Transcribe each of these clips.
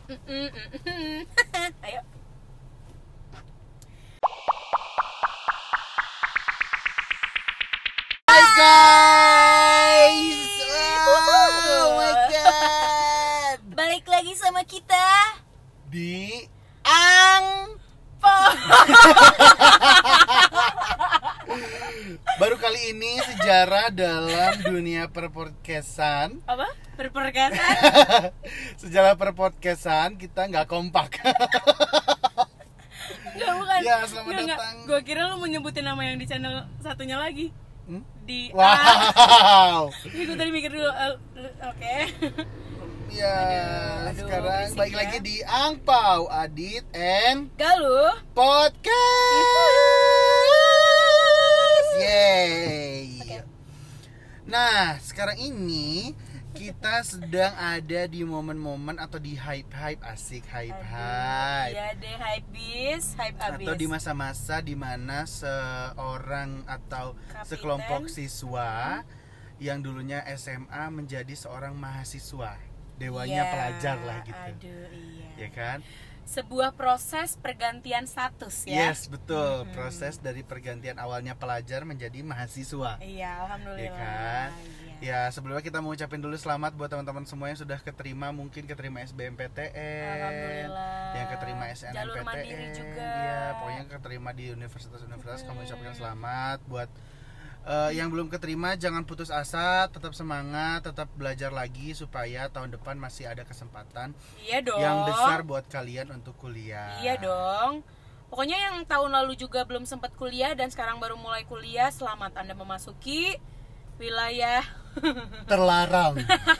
Ayo. Hai guys. Oh my god. Balik lagi sama kita Di Angpo. baru kali ini sejarah dalam dunia perpodcastan. Apa? Perperkasan? Sejarah perpodcastan kita nggak kompak. Enggak, bukan. Ya, selamat datang. Gue kira lu mau nyebutin nama yang di channel satunya lagi. Di Wow. Ini gue tadi mikir dulu. Oke. Ya, Aduh, sekarang berisik balik ya. lagi di Angpau, Adit and Galuh. Podcast. Yeay. Oke. Nah, sekarang ini kita sedang ada di momen-momen atau di hype-hype asik hype-hype. Iya deh, hype bis, hype abis. Atau di masa-masa di mana seorang atau Kapiten. sekelompok siswa yang dulunya SMA menjadi seorang mahasiswa. Dewanya Iya, pelajar lah gitu. Aduh, iya. Ya kan? Sebuah proses pergantian status ya. Yes, betul. Proses dari pergantian awalnya pelajar menjadi mahasiswa. Iya, alhamdulillah. Ya kan? Iya. Ya, sebelumnya kita mau ucapin dulu selamat buat teman-teman semua yang sudah keterima, mungkin keterima SBMPTN, Alhamdulillah. yang keterima SNMPTN. Jalur mandiri juga. Iya, pokoknya keterima di universitas-universitas kami ucapkan selamat. Buat yang belum keterima jangan putus asa, tetap semangat, tetap belajar lagi supaya tahun depan masih ada kesempatan Iya dong. yang besar buat kalian untuk kuliah. Iya dong. Pokoknya yang tahun lalu juga belum sempat kuliah dan sekarang baru mulai kuliah, selamat Anda memasuki wilayah Terlarang.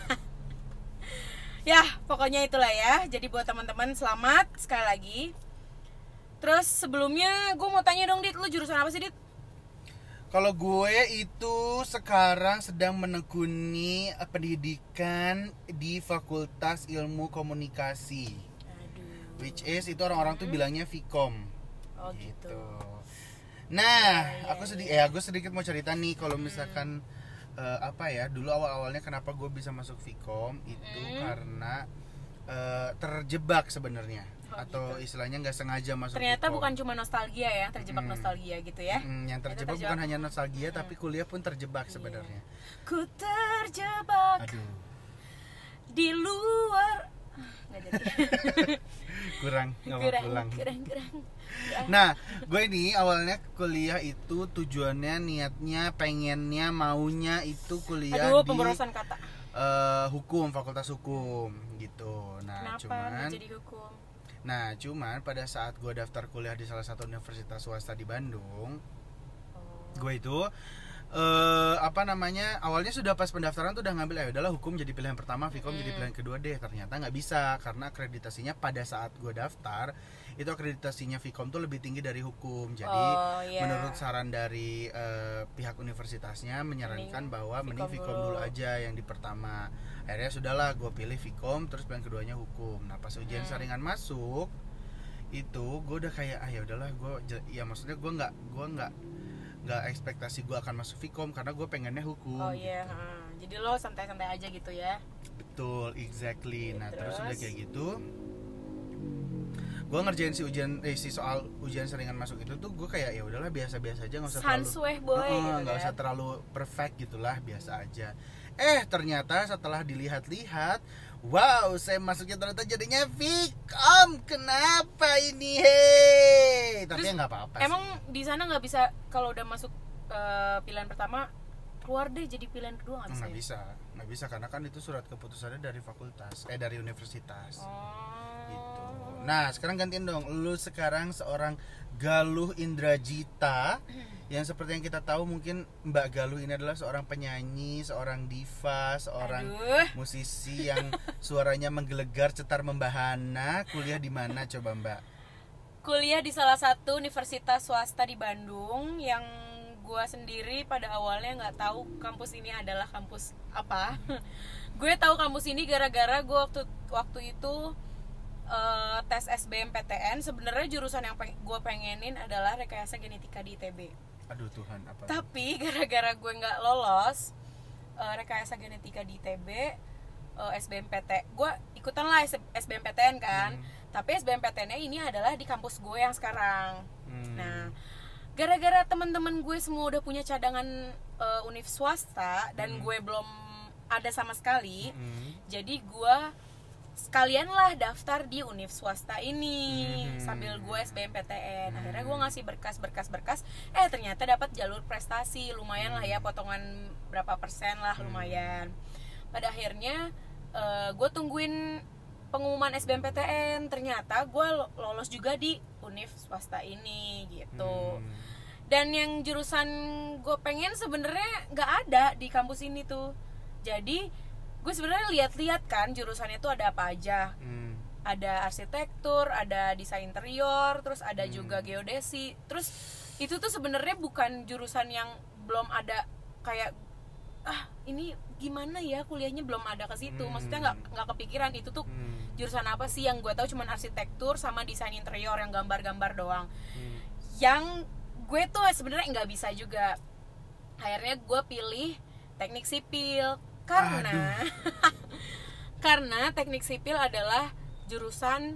ya, pokoknya itulah ya. Jadi buat teman-teman selamat sekali lagi. Terus sebelumnya gue mau tanya dong, Dit, lu jurusan apa sih, Dit? Kalau gue itu sekarang sedang menekuni pendidikan di Fakultas Ilmu Komunikasi, Aduh. which is itu orang-orang tuh bilangnya Vkom. Oh gitu. Nah, Iya, aku sedikit mau cerita nih kalau misalkan dulu awal-awalnya kenapa gue bisa masuk Vkom itu karena terjebak sebenarnya. Atau istilahnya nggak sengaja masuk Ternyata Vkom. bukan cuma nostalgia ya, terjebak nostalgia gitu ya. Yang terjebak bukan hanya nostalgia tapi kuliah pun terjebak sebenarnya. Ku terjebak Aduh, di luar. Nggak jadi. kurang nggak mau pulang. Kurang. Ya. Nah, gue ini awalnya kuliah itu tujuannya, niatnya, pengennya, maunya itu kuliah Aduh, di pemborosan kata. hukum, fakultas hukum gitu. Kenapa menjadi hukum? Nah, cuman pada saat gue daftar kuliah di salah satu universitas swasta di Bandung, gue itu awalnya sudah pas pendaftaran tuh udah ngambil udahlah hukum jadi pilihan pertama, Vkom jadi pilihan kedua deh. Ternyata nggak bisa karena akreditasinya pada saat gue daftar itu akreditasinya Vkom tuh lebih tinggi dari hukum. Jadi menurut saran dari pihak universitasnya menyarankan bahwa mending Vkom dulu aja yang di pertama. Akhirnya sudahlah gue pilih Vkom, terus pilihan keduanya hukum. Nah pas ujian saringan masuk itu gue udah kayak ya udahlah, maksudnya gue nggak ekspektasi gue akan masuk Vkom karena gue pengennya hukum. Oh iya, jadi lo santai-santai aja gitu ya. Betul, exactly. Nah terus udah kayak gitu, gue ngerjain si soal ujian saringan masuk itu tuh gue kayak ya udahlah biasa-biasa aja, nggak usah gitu usah terlalu perfect gitulah, biasa aja. Ternyata setelah dilihat-lihat, wow, saya masuknya ternyata jadinya Vkom. Kenapa ini? Tapi ya nggak apa-apa. Emang di sana nggak bisa kalau udah masuk pilihan pertama keluar deh jadi pilihan kedua nggak bisa? Nggak bisa karena kan itu surat keputusannya dari fakultas, dari universitas. Gitu. Nah sekarang gantiin dong, lu sekarang seorang Galuh Indrajita. Yang seperti yang kita tahu mungkin Mbak Galuh ini adalah seorang penyanyi, seorang diva, seorang musisi yang suaranya menggelegar, cetar membahana. Kuliah di mana coba Mbak? Kuliah di salah satu universitas swasta di Bandung yang gue sendiri pada awalnya nggak tahu kampus ini adalah kampus apa. Gue tahu kampus ini gara-gara gue waktu itu tes SBMPTN. Sebenarnya jurusan yang gue pengenin adalah rekayasa genetika di ITB. Aduh Tuhan, apa? Tapi gara-gara gue nggak lolos rekayasa genetika di ITB, SBMPT. Gue ikutan lah SBMPTN kan. Tapi SBMPTN-nya ini adalah di kampus gue yang sekarang. Nah, gara-gara teman-teman gue semua udah punya cadangan univ swasta dan gue belum ada sama sekali. Jadi gue sekalian lah daftar di univ swasta ini sambil gue SBMPTN. Akhirnya gue ngasih berkas ternyata dapat jalur prestasi, lumayan lah ya, potongan berapa persen lah, lumayan. Pada akhirnya gue tungguin pengumuman SBMPTN, ternyata gue lolos juga di univ swasta ini gitu. Dan yang jurusan gue pengen sebenarnya nggak ada di kampus ini tuh. Jadi gue sebenarnya lihat-lihat kan jurusannya tuh ada apa aja. Ada arsitektur, ada desain interior, terus ada juga geodesi. Terus itu tuh sebenarnya bukan jurusan yang belum ada kayak ini gimana ya kuliahnya, belum ada ke situ. Maksudnya nggak kepikiran itu tuh jurusan apa sih. Yang gue tahu cuman arsitektur sama desain interior yang gambar-gambar doang. Yang gue tuh sebenarnya nggak bisa juga. Akhirnya gue pilih teknik sipil. Karena teknik sipil adalah jurusan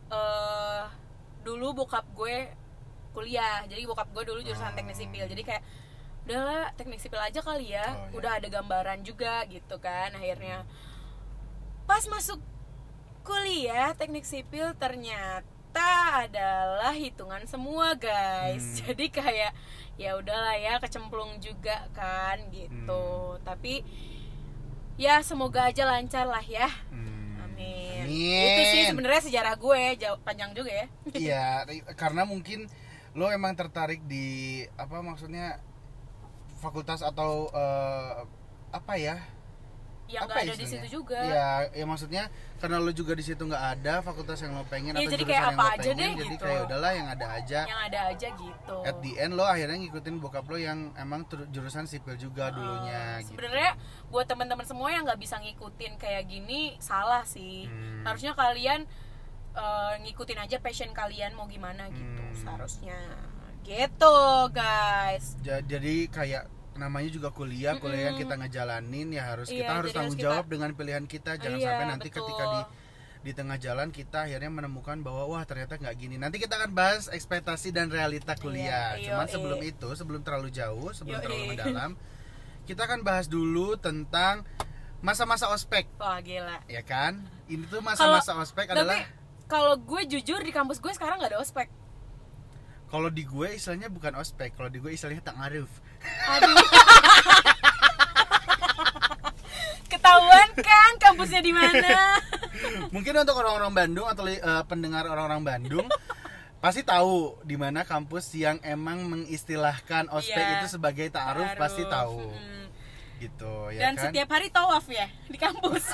dulu bokap gue kuliah. Jadi bokap gue dulu jurusan teknik sipil. Jadi kayak udahlah teknik sipil aja kali ya. Udah ada gambaran juga gitu kan. Akhirnya pas masuk kuliah teknik sipil ternyata adalah hitungan semua guys. Jadi kayak ya udahlah ya, kecemplung juga kan gitu. Tapi ya semoga aja lancar lah ya. Amin. Itu sih sebenarnya sejarah gue, panjang juga ya. Iya, karena mungkin lo emang tertarik di apa maksudnya fakultas atau apa ya? Yang nggak ada di situ juga. Ya maksudnya karena lo juga di situ nggak ada fakultas yang lo pengen atau jadi jurusan kayak yang apa lo aja pengen, deh jadi gitu. kayak udahlah yang ada aja. Yang ada aja gitu. At the end lo akhirnya ngikutin bokap lo yang emang jurusan sipil juga dulunya. Sebenarnya buat teman-teman semua yang nggak bisa ngikutin kayak gini salah sih. Harusnya kalian ngikutin aja passion kalian mau gimana gitu seharusnya. Gitu guys. Jadi kayak namanya juga kuliah yang kita ngejalanin ya kita harus tanggung jawab dengan pilihan kita. Jangan sampai nanti ketika di tengah jalan kita akhirnya menemukan bahwa wah ternyata nggak gini. Nanti kita akan bahas ekspektasi dan realita kuliah. Cuman sebelum itu, sebelum terlalu jauh, sebelum terlalu mendalam, kita akan bahas dulu tentang masa-masa ospek. Wah gila. Ya kan? Ini tuh masa-masa ospek adalah. Tapi kalau gue jujur di kampus gue sekarang nggak ada ospek. Kalau di gue istilahnya bukan ospek, kalau di gue istilahnya ta'aruf. Aduh. Ketahuan kan kampusnya di mana? Mungkin untuk orang-orang Bandung atau pendengar orang-orang Bandung pasti tahu di mana kampus yang emang mengistilahkan ospek itu sebagai ta'aruf, pasti tahu. Gitu ya. Dan kan? Setiap hari tawaf ya di kampus.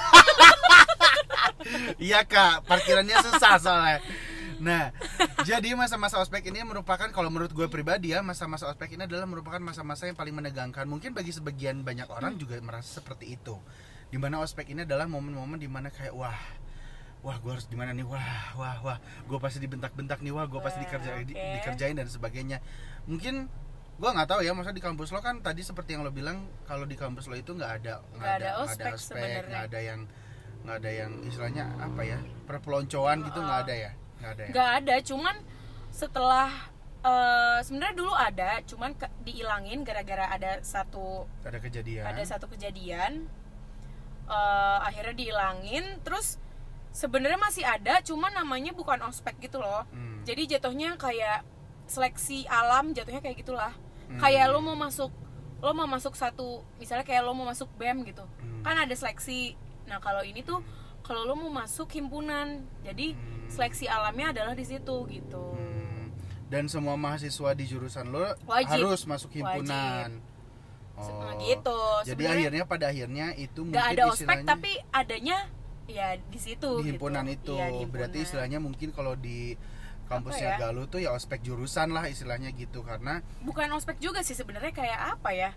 Iya Kak, parkirannya susah soalnya. Nah, jadi masa-masa ospek ini merupakan, kalau menurut gue pribadi ya, masa-masa ospek ini adalah merupakan masa-masa yang paling menegangkan. Mungkin bagi sebagian banyak orang juga merasa seperti itu. Dimana ospek ini adalah momen-momen dimana kayak wah gue harus gimana nih, wah gue pasti dibentak-bentak nih, wah gue pasti dikerjain dan sebagainya. Mungkin gue nggak tahu ya, maksudnya di kampus lo kan tadi seperti yang lo bilang, kalau di kampus lo itu nggak ada ospek, nggak ada yang istilahnya apa ya, perpeloncoan gitu, nggak ada ya. Nggak ada, cuman setelah sebenarnya dulu ada, cuman diilangin gara-gara ada satu kejadian. Akhirnya diilangin, terus sebenarnya masih ada, cuman namanya bukan ospek gitu loh. Jadi jatuhnya kayak seleksi alam, jatuhnya kayak gitulah. Kayak lo mau masuk satu, misalnya kayak lo mau masuk BEM gitu, kan ada seleksi. Nah kalau ini tuh kalau lo mau masuk himpunan, jadi seleksi alamnya adalah di situ gitu. Dan semua mahasiswa di jurusan lo harus masuk himpunan. Gitu. Jadi pada akhirnya itu mungkin gak ada ospek tapi adanya ya di situ. Di himpunan gitu. itu. Ya, di himpunan. Berarti istilahnya mungkin kalau di kampusnya Galuh tuh ya ospek jurusan lah istilahnya gitu, karena bukan ospek juga sih sebenarnya, kayak apa ya?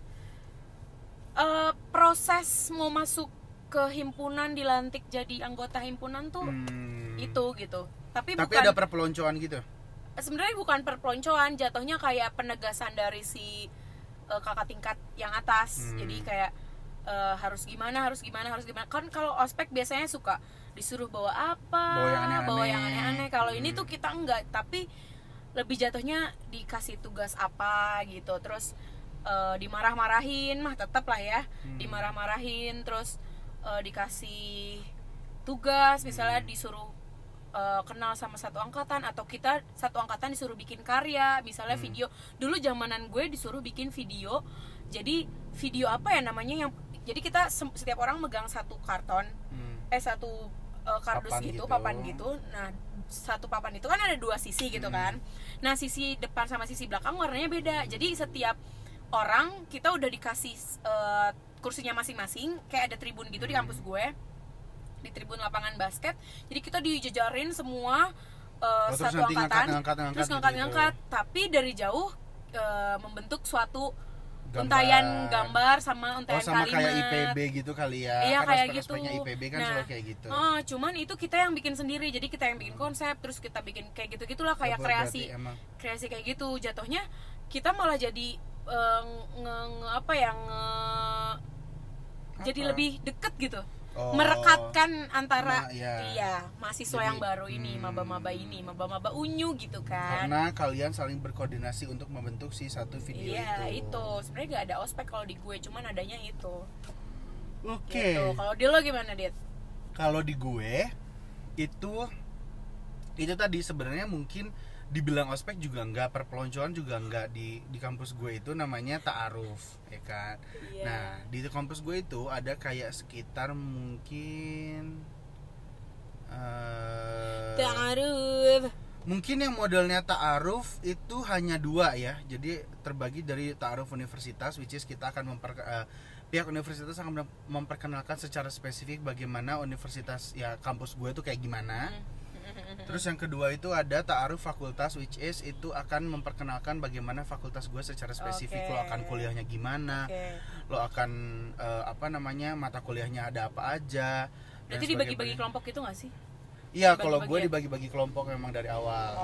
Proses mau masuk ke himpunan, dilantik jadi anggota himpunan tuh itu gitu. Tapi bukan, ada perpeloncoan gitu. Sebenarnya bukan perpeloncoan, jatuhnya kayak penegasan dari si kakak tingkat yang atas. Jadi kayak harus gimana kan. Kalau ospek biasanya suka disuruh bawa apa, bawa yang aneh-aneh. Kalau ini tuh kita enggak, tapi lebih jatuhnya dikasih tugas apa gitu, terus dimarah-marahin mah tetap lah ya, dimarah-marahin, terus dikasih tugas, misalnya disuruh kenal sama satu angkatan, atau kita satu angkatan disuruh bikin karya, misalnya video. Dulu zamanan gue disuruh bikin video. Jadi video apa ya namanya, yang jadi kita setiap orang megang satu karton, satu kardus papan gitu. Nah, satu papan itu kan ada dua sisi gitu kan. Nah, sisi depan sama sisi belakang warnanya beda. Jadi setiap orang kita udah dikasih kursinya masing-masing, kayak ada tribun gitu di kampus gue, di tribun lapangan basket. Jadi kita dijejarin semua satu angkatan, terus ngangkat-ngangkat, tapi dari jauh membentuk suatu untayan gambar sama untayan sama kalimat. Kayak IPB gitu kali ya. Iya, kan kayak gitu. IPB kan selalu kayak gitu. Cuman itu kita yang bikin sendiri. Jadi kita yang bikin konsep, terus kita bikin kayak gitu-gitulah, kayak kreasi kayak gitu. Jatuhnya kita malah jadi jadi lebih deket gitu. Merekatkan antara mahasiswa jadi, yang baru ini, maba-maba unyu gitu kan. Karena kalian saling berkoordinasi untuk membentuk si satu video itu. Iya, itu. Sebenarnya gak ada ospek kalau di gue, cuman adanya itu. Oke. Gitu. Kalau di lo gimana, Dit? Kalau di gue itu tadi sebenarnya mungkin dibilang ospek juga enggak, perpeloncoan juga enggak. Di kampus gue itu namanya ta'aruf, ya kan. Nah, di kampus gue itu ada kayak sekitar mungkin ta'aruf. Mungkin yang modelnya ta'aruf itu hanya 2 ya. Jadi terbagi dari ta'aruf universitas, which is kita akan pihak universitas akan memperkenalkan secara spesifik bagaimana universitas ya kampus gue itu kayak gimana. Terus yang kedua itu ada ta'aruf fakultas, which is itu akan memperkenalkan bagaimana fakultas gue secara spesifik. Lo akan kuliahnya gimana, lo akan mata kuliahnya ada apa aja. Berarti dibagi-bagi kelompok gitu gak sih? Iya, kalau gue dibagi-bagi kelompok memang dari awal.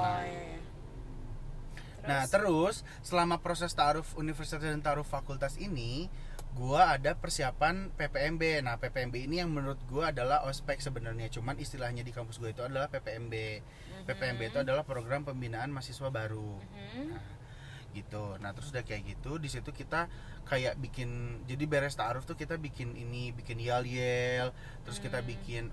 Terus selama proses ta'aruf universitas dan ta'aruf fakultas ini, gue ada persiapan PPMB. Nah, PPMB ini yang menurut gue adalah ospek sebenarnya, cuman istilahnya di kampus gue itu adalah PPMB. PPMB itu adalah program pembinaan mahasiswa baru. Nah, gitu. Nah, terus udah kayak gitu, di situ kita kayak bikin, jadi beres ta'aruf tuh kita bikin yel-yel, terus kita bikin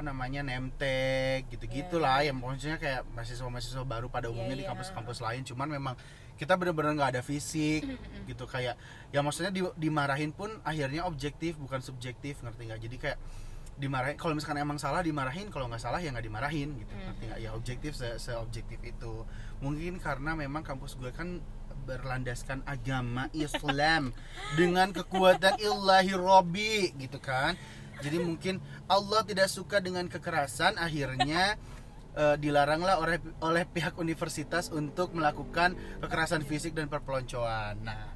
nemtek gitu-gitulah, yang maksudnya kayak mahasiswa baru pada umumnya di kampus-kampus lain, cuman memang kita benar-benar nggak ada fisik gitu, kayak ya maksudnya dimarahin pun akhirnya objektif bukan subjektif, ngerti nggak? Jadi kayak dimarahin, kalau misalkan emang salah dimarahin, kalau nggak salah ya nggak dimarahin gitu, ngerti nggak? Ya objektif seobjektif itu. Mungkin karena memang kampus gue kan berlandaskan agama Islam dengan kekuatan ilahi Robbi gitu kan. Jadi mungkin Allah tidak suka dengan kekerasan, akhirnya dilaranglah oleh pihak universitas untuk melakukan kekerasan fisik dan perpeloncoan. Nah,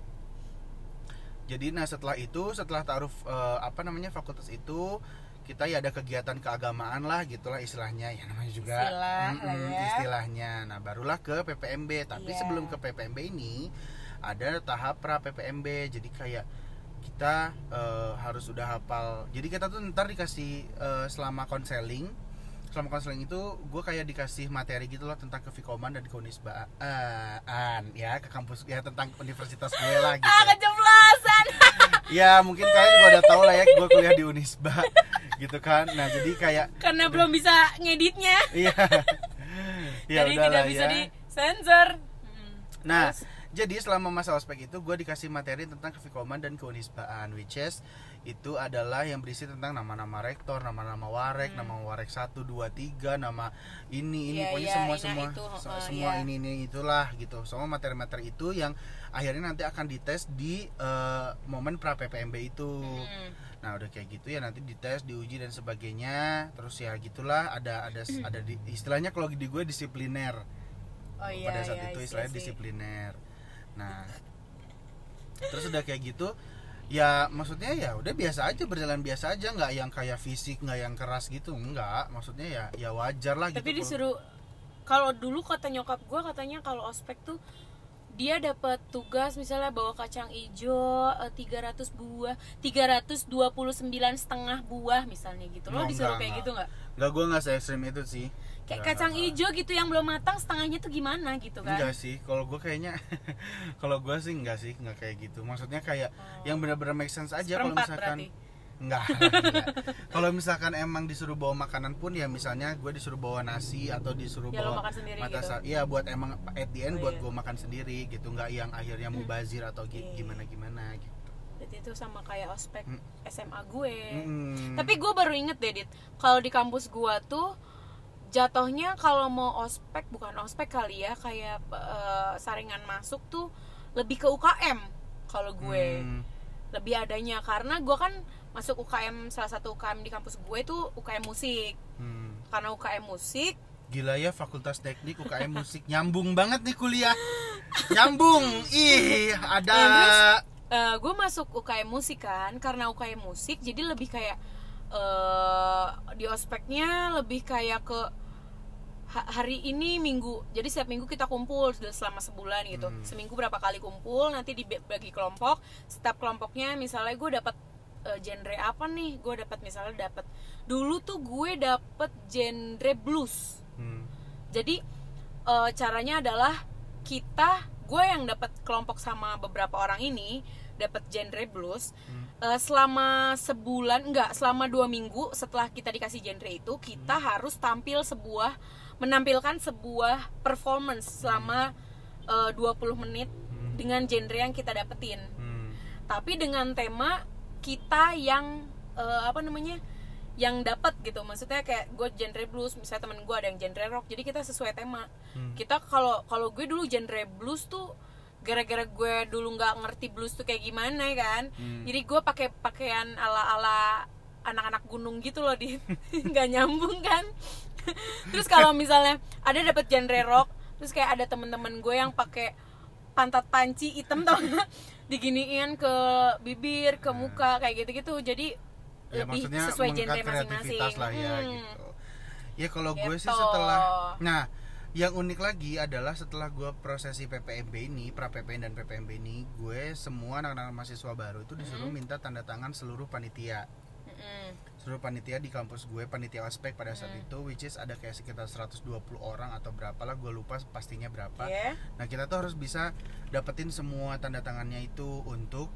jadi setelah ta'aruf fakultas itu, kita ya ada kegiatan keagamaan lah gitulah istilahnya, ya namanya juga istilahnya. Nah, barulah ke PPMB. Tapi sebelum ke PPMB ini ada tahap pra PPMB. Jadi kayak kita harus udah hafal. Jadi kita tuh ntar dikasih selama konseling itu gue kayak dikasih materi gitu loh tentang kevikoman dan keunisbaan ya, ke kampus ya, tentang universitas gue lah gitu. Kejeblosan. Ya mungkin kalian juga udah tahu lah ya, gue kuliah di Unisba gitu kan. Nah, jadi kayak karena belum bisa ngeditnya. Iya. Jadi tidak bisa disensor. Nah, jadi selama masa ospek itu gue dikasih materi tentang kevikoman dan keunisbaan, which is itu adalah yang berisi tentang nama-nama rektor, nama-nama warek, nama warek 1, 2, 3, nama ini pokoknya semua ini itulah gitu. Semua materi-materi itu yang akhirnya nanti akan dites di momen pra PPMB itu. Nah, udah kayak gitu ya, nanti dites, diuji dan sebagainya. Terus ya gitulah, ada istilahnya kalau di gue disipliner. Pada saat itu istilahnya disipliner. Nah, terus udah kayak gitu ya, maksudnya ya udah biasa aja, berjalan biasa aja, nggak yang kayak fisik, nggak yang keras gitu, enggak. Maksudnya ya wajar lah. Tapi gitu. Disuruh, kalau dulu kata nyokap gue katanya kalau ospek tuh dia dapat tugas misalnya bawa kacang ijo 300 buah, 329,5 buah misalnya gitu. Lo disuruh kayak gitu nggak? Nggak, gue nggak se-ekstrim itu sih. Kayak kacang ijo gitu yang belum matang setengahnya tuh gimana gitu kan? Enggak sih, kalau gue kayaknya kalau gue sih enggak kayak gitu. Maksudnya kayak yang benar-benar make sense aja. Kalau misalkan enggak. Kalau misalkan emang disuruh bawa makanan pun ya misalnya gue disuruh bawa nasi atau disuruh ya, bawa gitu. Iya buat emang at the end buat gue makan sendiri gitu, enggak yang akhirnya mubazir atau gimana gitu. Jadi itu sama kayak ospek SMA gue. Tapi gue baru inget deh, Dit, kalau di kampus gue tuh jatuhnya kalau mau ospek, bukan ospek kali ya, kayak saringan masuk tuh lebih ke UKM kalau gue. Lebih adanya karena gue kan masuk UKM, salah satu UKM di kampus gue tuh UKM musik. Karena UKM musik, gila ya, fakultas teknik UKM musik nyambung banget nih kuliah. Nyambung. Ada gue masuk UKM musik kan, karena UKM musik jadi lebih kayak di ospeknya lebih kayak ke hari ini minggu, jadi setiap minggu kita kumpul selama sebulan gitu. Seminggu berapa kali kumpul, nanti dibagi kelompok. Setiap kelompoknya misalnya gue dapat genre apa nih, gue dapat misalnya dulu tuh gue dapat genre blues. Jadi caranya adalah gue yang dapat kelompok sama beberapa orang ini dapat genre blues. Selama 2 minggu setelah kita dikasih genre itu, kita harus menampilkan sebuah performance selama 20 menit dengan genre yang kita dapetin. Tapi dengan tema kita yang yang dapat gitu. Maksudnya kayak gue genre blues, misalnya temen gue ada yang genre rock, jadi kita sesuai tema. Kita kalau gue dulu genre blues tuh gara-gara gue dulu nggak ngerti blues tuh kayak gimana kan. Jadi gue pakai pakaian ala anak-anak gunung gitu loh, nggak nyambung kan. Terus kalau misalnya ada dapat genre rock, terus kayak ada temen-temen gue yang pakai pantat panci hitam tau gak, diginiin ke bibir, ke muka kayak gitu-gitu. Jadi ya, lebih sesuai genre masing-masing lah ya gitu. Ya kalau gue sih yang unik lagi adalah setelah gue prosesi PPMB ini, pra PPN dan PPMB ini, gue semua anak-anak mahasiswa baru itu disuruh minta tanda tangan seluruh panitia. Seluruh panitia di kampus gue, panitia ospek pada saat itu, which is ada kayak sekitar 120 orang atau berapa lah, gue lupa pastinya berapa. Nah kita tuh harus bisa dapetin semua tanda tangannya itu untuk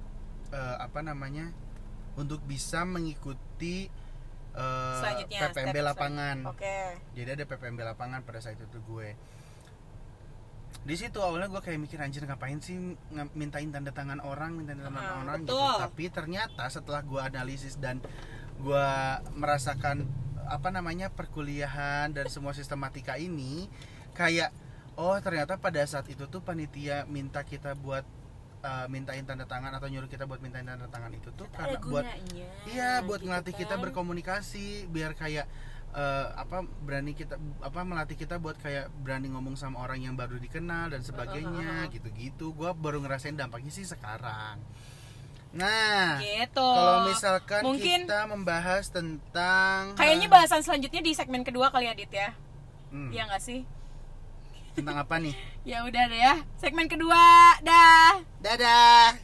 untuk bisa mengikuti PPMB lapangan. Jadi ada PPMB lapangan pada saat itu gue. Di situ awalnya gue kayak mikir, anjir ngapain sih mintain tanda tangan orang, gitu. Tapi ternyata setelah gue analisis dan gue merasakan perkuliahan dan semua sistematika ini, kayak ternyata pada saat itu tuh panitia minta kita buat mintain tanda tangan atau nyuruh kita buat mintain tanda tangan itu tuh karena buat buat gitu ngelatih kita berkomunikasi, biar kayak berani kita melatih kita buat kayak berani ngomong sama orang yang baru dikenal dan sebagainya gitu-gitu. Gue baru ngerasain dampaknya sih sekarang. Nah, gitu. Kalau misalkan mungkin kita membahas tentang kayaknya bahasan selanjutnya di segmen kedua kali ya, Dit ya. Iya nggak sih? Tentang apa nih? Ya udah deh ya. Segmen kedua. Dadah.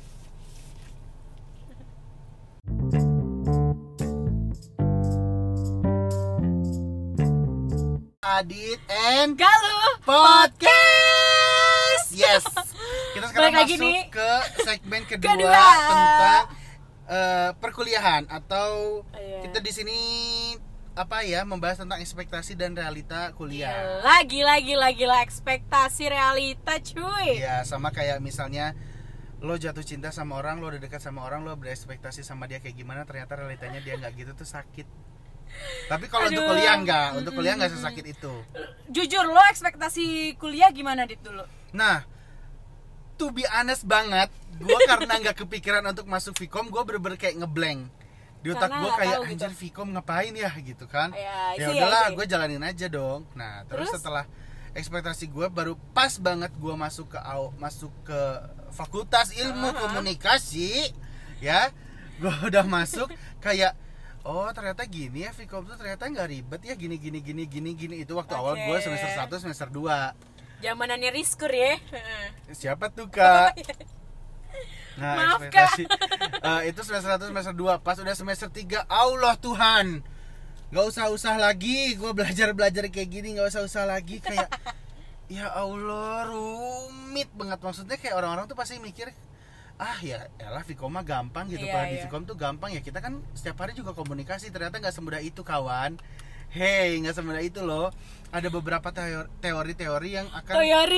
Adit and Galuh Podcast. Yes. Kita sekarang masuk ke segmen kedua tentang perkuliahan atau kita di sini membahas tentang ekspektasi dan realita kuliah. Gila ekspektasi realita cuy. Iya, sama kayak misalnya lo jatuh cinta sama orang, lo udah dekat sama orang, lo berekspektasi sama dia kayak gimana, ternyata realitanya dia nggak gitu, tuh sakit. Tapi kalau untuk kuliah nggak sesakit itu. Jujur, lo ekspektasi kuliah gimana, Dit, dulu? Nah, to be honest banget, gue karena nggak kepikiran untuk masuk Vkom, gue bener-bener kayak ngeblank. Di otak gue kayak anjir gitu. Vkom ngapain ya gitu kan. Ya udahlah, gue jalanin aja dong. Nah, terus setelah ekspektasi gue baru pas banget gue masuk ke Fakultas Ilmu Komunikasi ya. Gue udah masuk kayak ternyata gini ya, Vkom tuh ternyata nggak ribet ya, gini itu waktu awal gue semester 1 semester 2. Zamanannya Rizkur ya. Siapa tuh Kak? Nah, Maaf, ekspektasi itu semester 1 semester 2. Pas udah semester 3, Allah Tuhan, nggak usah lagi gue belajar kayak gini, nggak usah lagi. Kayak ya Allah, rumit banget. Maksudnya kayak orang-orang tuh pasti mikir, ya elah Vkom mah gampang gitu. Kalau di Vkom tuh gampang ya, kita kan setiap hari juga komunikasi. Ternyata nggak semudah itu kawan. Hey, nggak semudah itu loh. Ada beberapa teori-teori yang akan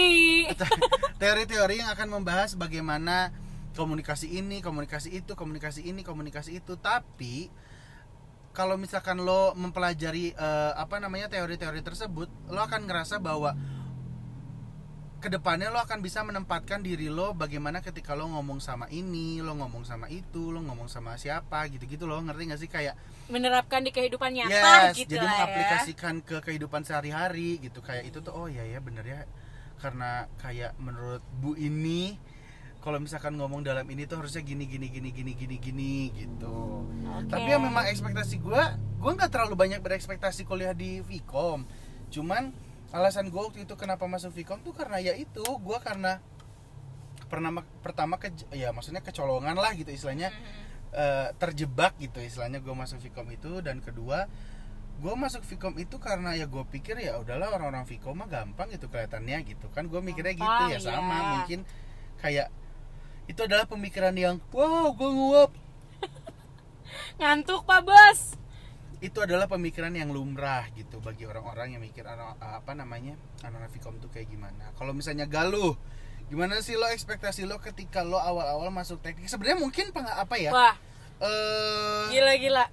teori-teori yang akan membahas bagaimana komunikasi ini, komunikasi itu, komunikasi itu. Tapi kalau misalkan lo mempelajari teori-teori tersebut, lo akan ngerasa bahwa kedepannya lo akan bisa menempatkan diri lo bagaimana ketika lo ngomong sama ini, lo ngomong sama itu, lo ngomong sama siapa, gitu-gitu. Lo ngerti gak sih? Kayak menerapkan di kehidupan nyata gitu jadi lah mengaplikasikan ke kehidupan sehari-hari gitu. Kayak itu tuh, oh ya bener ya, karena kayak menurut Bu ini kalau misalkan ngomong dalam ini tuh harusnya gini gitu. Okay. Tapi ya memang ekspektasi gue nggak terlalu banyak berekspektasi kuliah di Vkom. Cuman alasan gue waktu itu kenapa masuk Vkom tuh karena ya itu, gue karena pertama maksudnya kecolongan lah gitu istilahnya, terjebak gitu istilahnya gue masuk Vkom itu. Dan kedua, gue masuk Vkom itu karena ya gue pikir ya udahlah orang-orang Vkom mah gampang gitu kelihatannya gitu kan. Gue mikirnya gitu ya, sama mungkin kayak itu adalah pemikiran yang wow gue nguap ngantuk Pak Bos. Itu adalah pemikiran yang lumrah gitu bagi orang-orang yang mikir anak Vkom tuh kayak gimana. Kalau misalnya Galuh, gimana sih lo ekspektasi lo ketika lo awal-awal masuk teknik? Sebenarnya mungkin Wah, gila.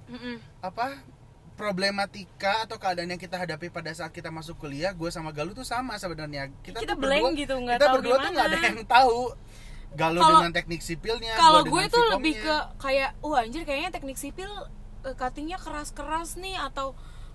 Problematika atau keadaan yang kita hadapi pada saat kita masuk kuliah, gue sama Galuh tuh sama sebenarnya. Kita blank gitu, nggak tahu. Kita berdua tuh nggak ada yang tahu. Galuh dengan teknik sipilnya. Kalau gue tuh lebih ke kayak, anjir kayaknya teknik sipil cuttingnya keras-keras nih, atau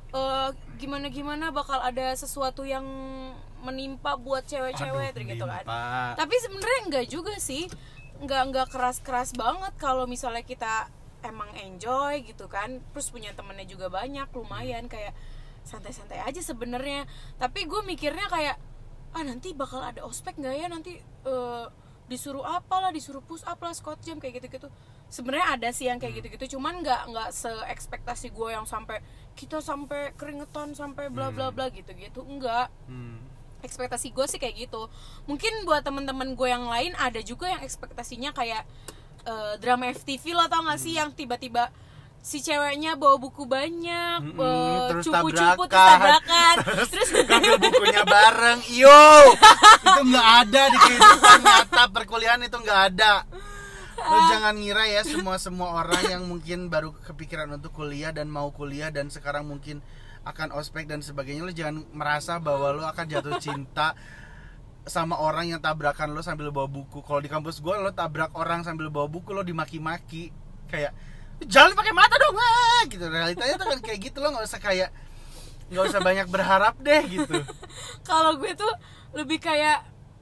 gimana bakal ada sesuatu yang menimpa buat cewek-cewek gitu kan. Tapi sebenarnya enggak juga sih, enggak keras-keras banget kalau misalnya kita emang enjoy gitu kan, terus punya temennya juga banyak, lumayan kayak santai-santai aja sebenarnya. Tapi gue mikirnya kayak nanti bakal ada ospek nggak ya, nanti disuruh apalah, disuruh push up lah, squat jam kayak gitu-gitu. Sebenarnya ada sih yang kayak gitu-gitu, cuman nggak se-ekspektasi gue yang sampai keringetan, sampai bla bla bla gitu-gitu, enggak. Ekspektasi gue sih kayak gitu. Mungkin buat teman-teman gue yang lain ada juga yang ekspektasinya kayak drama FTV lo, tau gak sih, yang tiba-tiba si ceweknya bawa buku banyak, cupu-cupu terus tabrakan, terus ngambil bukunya bareng. Itu nggak ada di kehidupan nyata perkuliahan, itu nggak ada. Lo jangan ngira ya semua orang yang mungkin baru kepikiran untuk kuliah dan mau kuliah dan sekarang mungkin akan ospek dan sebagainya, lo jangan merasa bahwa lo akan jatuh cinta sama orang yang tabrakan lo sambil bawa buku. Kalau di kampus gue, lo tabrak orang sambil bawa buku, lo dimaki-maki kayak jangan pakai mata dong, gitu. Realitanya tuh kan kayak gitu. Lo nggak usah banyak berharap deh gitu. Kalau gue tuh lebih kayak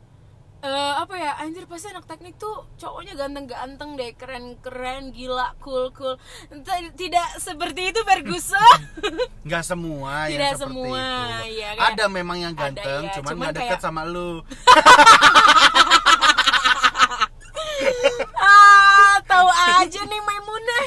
anjir pasti anak teknik tuh cowoknya ganteng-ganteng deh, keren-keren, gila, cool. Tidak seperti itu, Ferguson. Nggak semua yang seperti itu. Ya, kayak, ada memang yang ganteng, cuman nggak deket kayak sama lu. Tahu aja nih Maimunah.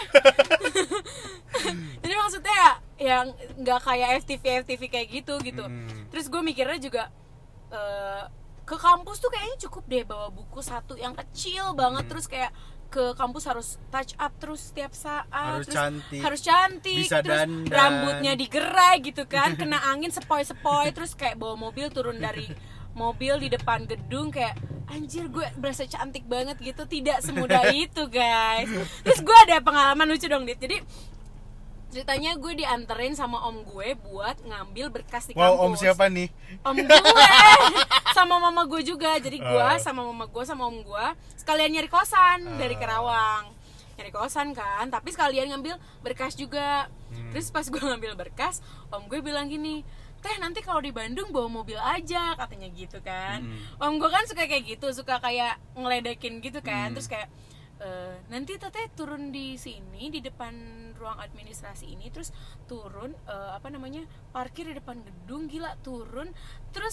Jadi maksudnya yang nggak kayak FTV kayak gitu. Terus gue mikirnya juga ke kampus tuh kayaknya cukup deh bawa buku satu yang kecil banget, terus kayak ke kampus harus touch up terus setiap saat, harus cantik, bisa terus dandan, rambutnya digerai gitu kan, kena angin sepoi-sepoi, terus kayak bawa mobil, turun dari mobil di depan gedung kayak anjir gue berasa cantik banget gitu. Tidak semudah itu guys. Terus gue ada pengalaman lucu dong Dit. Jadi ceritanya gue dianterin sama om gue buat ngambil berkas di kampus. Wow, om siapa nih? Om gue sama mama gue juga. Jadi gue sama mama gue sama om gue sekalian nyari kosan dari Karawang. Nyari kosan kan, tapi sekalian ngambil berkas juga. Terus pas gue ngambil berkas, om gue bilang gini, "Teh, nanti kalau di Bandung bawa mobil aja," katanya gitu kan. Om gue kan suka kayak gitu, suka kayak ngeledekin gitu kan. Terus kayak nanti teteh turun di sini di depan ruang administrasi ini, terus turun parkir di depan gedung, gila, turun terus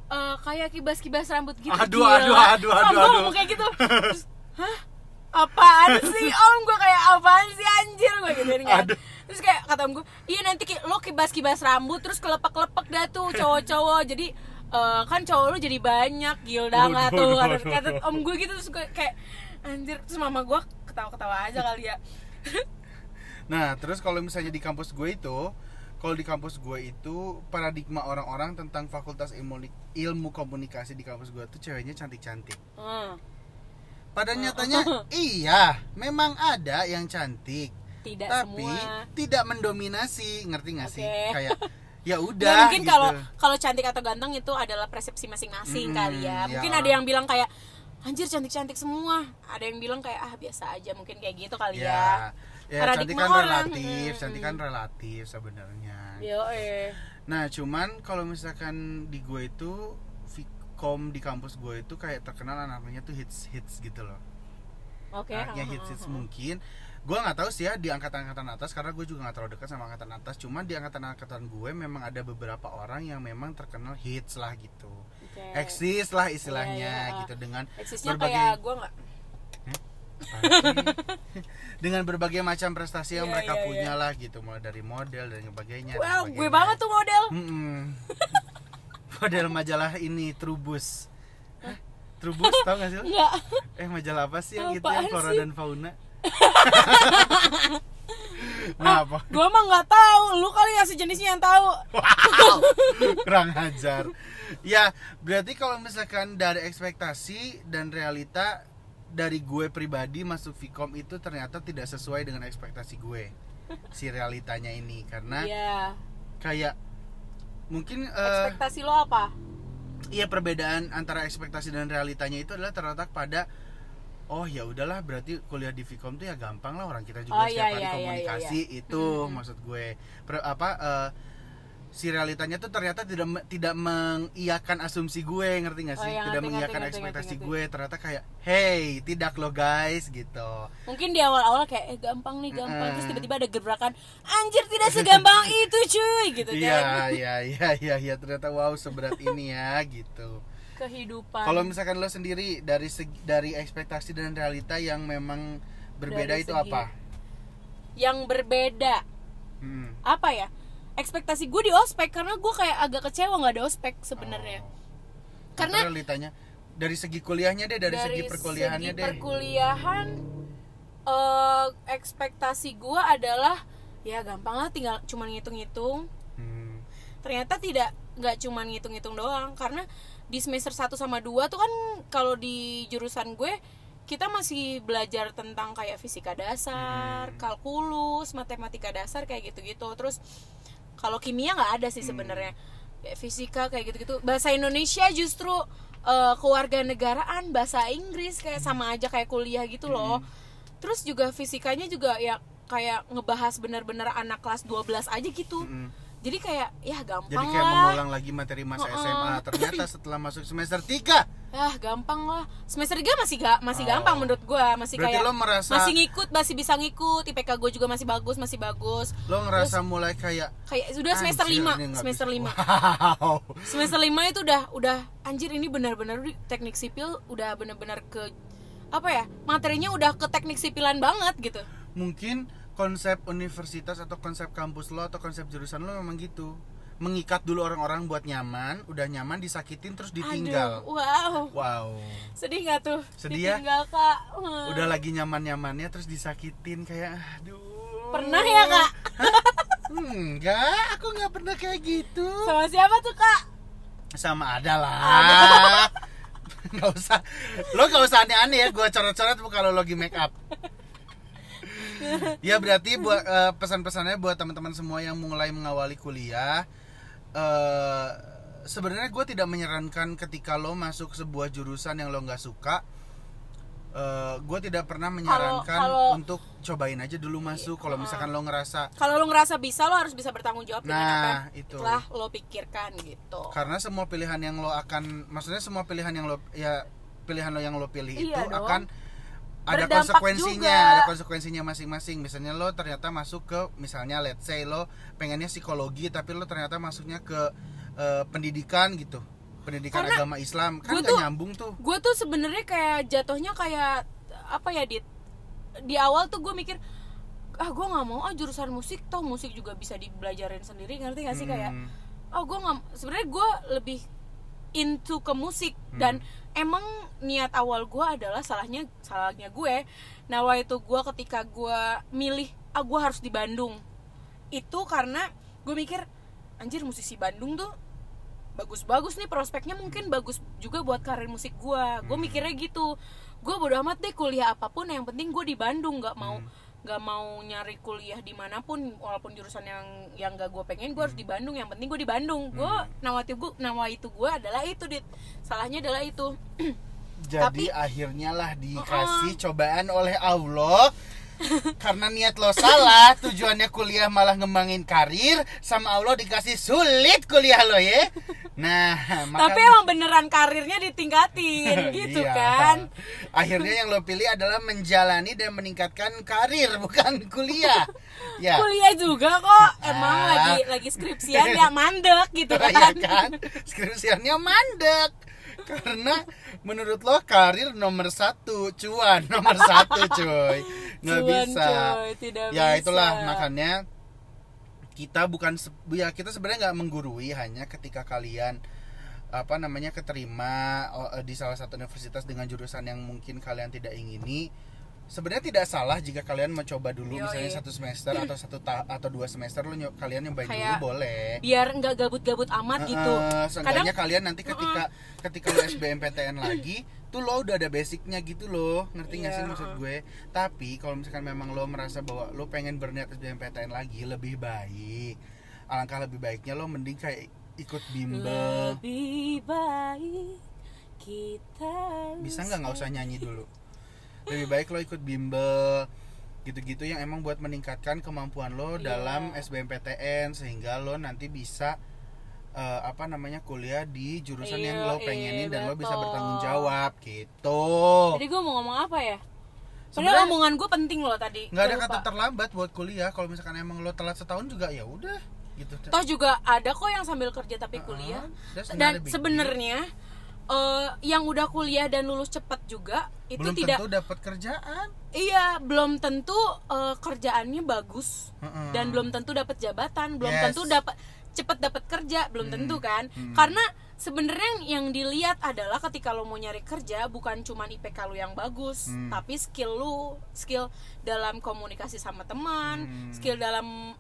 kayak kibas-kibas rambut gitu. Aduh. Gue ngomong kayak gitu. Terus, hah? Apaan sih om? Gue kayak apaan sih anjir, gue gituin kan. Terus kayak kata om gue, iya nanti lo kibas-kibas rambut terus kelepek-lepek dah tuh cowok-cowok. Jadi kan cowok lu jadi banyak, gilda nggak tuh kata om gue gitu. Terus gue kayak anjir, terus mama gue ketawa-ketawa aja kali ya. Nah terus kalau misalnya di kampus gue itu, paradigma orang-orang tentang fakultas ilmu komunikasi di kampus gue tuh ceweknya cantik-cantik. Pada nyatanya iya, memang ada yang cantik, tapi semua tidak mendominasi, ngerti nggak sih? Kayak ya udah. Ya, mungkin gitu. kalau cantik atau ganteng itu adalah persepsi masing-masing kali ya. Mungkin ada yang bilang kayak anjir cantik-cantik semua, ada yang bilang kayak biasa aja, mungkin kayak gitu kali ya. Ya cantik kan relatif, cantik kan relatif sebenarnya. Nah cuman kalau misalkan di gue itu Vkom di kampus gue itu kayak terkenal anaknya tuh hits gitu loh. Anaknya hits mungkin. Gue nggak tahu sih ya di angkatan atas, karena gue juga nggak terlalu dekat sama angkatan atas. Cuman di angkatan gue memang ada beberapa orang yang memang terkenal hits lah gitu. Eksis lah istilahnya gitu, dengan eksisnya berbagai kayak gue nggak. Dengan berbagai macam prestasi yang mereka punya lah gitu, mulai dari model dan sebagainya. Gue banget tuh model. Model majalah ini Trubus. Trubus tau gak sih lo? Enggak. Majalah apa sih yang itu Apaan yang Flora sih? dan Fauna? Nah apa? Gue mah nggak tahu, lu kali ya sejenisnya yang tahu. Wow, kurang ajar. Ya berarti kalau misalkan dari ekspektasi dan realita dari gue pribadi masuk Vkom itu ternyata tidak sesuai dengan ekspektasi gue, si realitanya ini, karena kayak mungkin ekspektasi lo apa? Iya, perbedaan antara ekspektasi dan realitanya itu adalah terletak pada ya udahlah, berarti kuliah di Vkom tuh ya gampang lah, orang kita juga setiap hari komunikasi. Itu maksud gue si realitanya tuh ternyata tidak mengiyakan asumsi gue, ngerti nggak sih? Tidak mengiyakan ekspektasi gue. Ternyata kayak hey, tidak loh guys gitu. Mungkin di awal-awal kayak gampang nih, gampang, terus tiba-tiba ada gebrakan, anjir tidak segampang itu cuy gitu kan. Iya, ternyata wow seberat ini ya gitu. Kehidupan. Kalau misalkan lo sendiri dari ekspektasi dan realita yang memang berbeda dari itu segi apa? Yang berbeda apa ya? Ekspektasi gue di ospek, karena gue kayak agak kecewa nggak ada ospek sebenarnya. Karena realitanya dari segi kuliahnya deh, dari segi perkuliahannya deh. Perkuliahan ekspektasi gue adalah ya gampang lah, tinggal cuman ngitung-ngitung. Ternyata nggak cuman ngitung-ngitung doang, karena di semester 1 sama 2 tuh kan kalau di jurusan gue kita masih belajar tentang kayak fisika dasar, kalkulus, matematika dasar kayak gitu-gitu. Terus kalau kimia nggak ada sih sebenarnya, kayak fisika kayak gitu-gitu. Bahasa Indonesia justru kewarganegaraan, bahasa Inggris kayak sama aja kayak kuliah gitu loh. Terus juga fisikanya juga ya kayak ngebahas benar-benar anak kelas 12 aja gitu. Jadi kayak ya gampang lah. Jadi kayak mengulang lagi materi masa SMA. Ternyata setelah masuk semester 3 gampang lah. Semester 3 masih gampang menurut gue. Masih berarti kayak lo merasa, masih ngikut, masih bisa ngikut. IPK gue juga masih bagus. Lo ngerasa terus, mulai kayak sudah semester 5. Semester 5. Wow. Semester 5 itu udah anjir, ini benar-benar teknik sipil udah benar-benar ke apa ya? Materinya udah ke teknik sipilan banget gitu. Mungkin konsep universitas atau konsep kampus lo atau konsep jurusan lo memang gitu, mengikat dulu orang-orang buat nyaman, udah nyaman disakitin terus ditinggal. Aduh, wow. Sedih nggak tuh? Sedih ditinggal ya? Kak. Udah lagi nyaman-nyamannya terus disakitin, kayak aduh. Pernah ya kak? Enggak, aku nggak pernah kayak gitu. Sama siapa tuh kak? Sama ada lah. Nggak usah, lo nggak usah aneh-aneh ya, gue coret-coret kalau lo lagi make up. Ya berarti buat pesan-pesannya buat teman-teman semua yang mulai mengawali kuliah, sebenarnya gue tidak menyarankan ketika lo masuk sebuah jurusan yang lo nggak suka, gue tidak pernah menyarankan untuk cobain aja dulu masuk. Kalau misalkan lo ngerasa, kalau lo ngerasa bisa, lo harus bisa bertanggung jawab dengan apa itu telah lo pikirkan gitu. Karena semua pilihan yang lo pilihan yang lo pilih itu dong, akan ada konsekuensinya masing-masing. Misalnya lo ternyata masuk ke, misalnya let's say lo pengennya psikologi tapi lo ternyata masuknya ke pendidikan gitu. pendidikan Karena agama Islam kan gua nggak tuh- nyambung tuh. Gue tuh sebenarnya kayak jatuhnya kayak apa ya, di awal tuh gue mikir gue nggak mau jurusan musik, toh musik juga bisa dibelajarin sendiri, ngerti gak sih? Kayak gue nggak, sebenarnya gue lebih into ke musik. Dan emang niat awal gue adalah salahnya gue. Nah waktu itu gue ketika gue milih gue harus di Bandung, itu karena gue mikir anjir musisi Bandung tuh bagus-bagus nih prospeknya, mungkin bagus juga buat karir musik gue. Gue mikirnya gitu. Gue bodo amat deh kuliah apapun, yang penting gue di Bandung. Nggak mau nyari kuliah dimanapun, walaupun jurusan yang gak gue pengen, gue harus di Bandung. Yang penting gue di Bandung. Nama itu gue adalah itu, Dit. Salahnya adalah itu. Jadi akhirnya lah dikasih cobaan oleh Allah. Karena niat lo salah, tujuannya kuliah malah ngembangin karir, sama Allah dikasih sulit kuliah lo ya. Nah, tapi emang beneran karirnya ditingkatin gitu iya. kan. Akhirnya yang lo pilih adalah menjalani dan meningkatkan karir, bukan kuliah. Ya. Kuliah juga kok, emang lagi skripsian ya mandek gitu Iya kan. kan? Skripsiannya mandek. Karena menurut lo karir nomor 1, cuan nomor 1 cuy. Nggak Cuan, bisa. coy, tidak ya bisa. itulah makanya kita kita sebenarnya nggak menggurui, hanya ketika kalian keterima di salah satu universitas dengan jurusan yang mungkin kalian tidak ingini, sebenarnya tidak salah jika kalian mencoba dulu. Misalnya 1 semester atau 2 semester kalian nyobain dulu boleh, biar nggak gabut-gabut amat gitu. seenggaknya kalian nanti ketika lo SBMPTN lagi tuh lo udah ada basicnya gitu loh, ngerti nggak sih maksud gue? Tapi kalau misalkan memang lo merasa bahwa lo pengen berniat SBMPTN lagi, alangkah lebih baiknya lo mending kayak ikut bimbel. Lebih baik kita Bisa nggak usah nyanyi dulu. Lebih baik lo ikut bimbel gitu-gitu yang emang buat meningkatkan kemampuan lo dalam SBMPTN, sehingga lo nanti bisa kuliah di jurusan yang lo pengenin dan lo bisa bertanggung jawab gitu. Jadi gue mau ngomong apa ya? Padahal Sebenarnya omongan gue penting loh tadi. nggak ada Gua kata lupa. terlambat buat kuliah. Kalau misalkan emang lo telat setahun juga ya udah gitu. Toh juga ada kok yang sambil kerja tapi kuliah. that's not a Dan big deal. sebenarnya yang udah kuliah dan lulus cepat juga itu belum tidak, tentu dapat kerjaan. iya, belum tentu kerjaannya bagus, dan belum tentu dapat jabatan, belum tentu cepat dapat kerja, belum tentu kan. Karena sebenarnya yang dilihat adalah ketika lo mau nyari kerja bukan cuma IPK lo yang bagus, tapi skill dalam komunikasi sama teman, skill dalam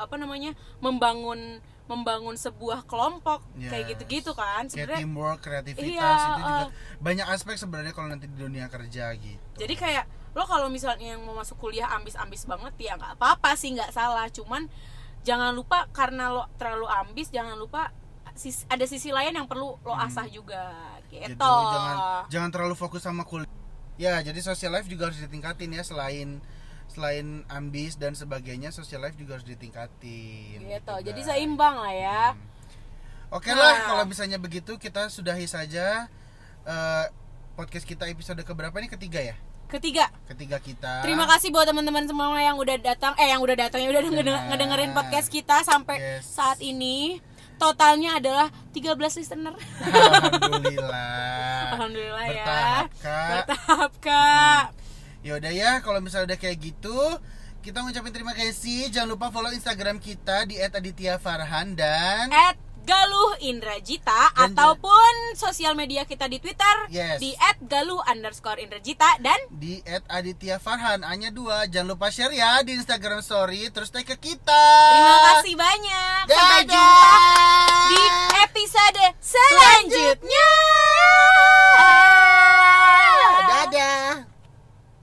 membangun sebuah kelompok, kayak gitu-gitu kan. Sebenarnya teamwork, kreativitas Iya, itu juga banyak aspek sebenarnya kalau nanti di dunia kerja gitu. Jadi kayak lo kalau misalnya yang mau masuk kuliah ambis-ambis banget ya nggak apa-apa sih, nggak salah. Cuman jangan lupa, karena lo terlalu ambis, jangan lupa ada sisi lain yang perlu lo asah juga gitu. Gitu. Jangan terlalu fokus sama kuliah. Ya, jadi social life juga harus ditingkatin ya, selain ambis dan sebagainya, social life juga harus ditingkatin. Gitu. Jadi guys. seimbang lah ya. Oke lah, kalau misalnya begitu kita sudahi saja podcast kita episode keberapa nih? Ketiga ya? Ketiga kita. Terima kasih buat teman-teman semua yang udah datang, yang udah ngedengerin podcast kita sampai saat ini. Totalnya adalah 13 listener. Alhamdulillah ya. Bertahap Kak. Yaudah ya, kalau misalnya udah kayak gitu, kita ngucapin terima kasih. Jangan lupa follow Instagram kita di @adityafarhan dan @galuh Indrajita, ataupun sosial media kita di Twitter di @galuh_Indrajita dan di @adityafarhan hanya 2. Jangan lupa share ya di Instagram story, terus tag ke kita. Terima kasih banyak. Dadah. Sampai jumpa di episode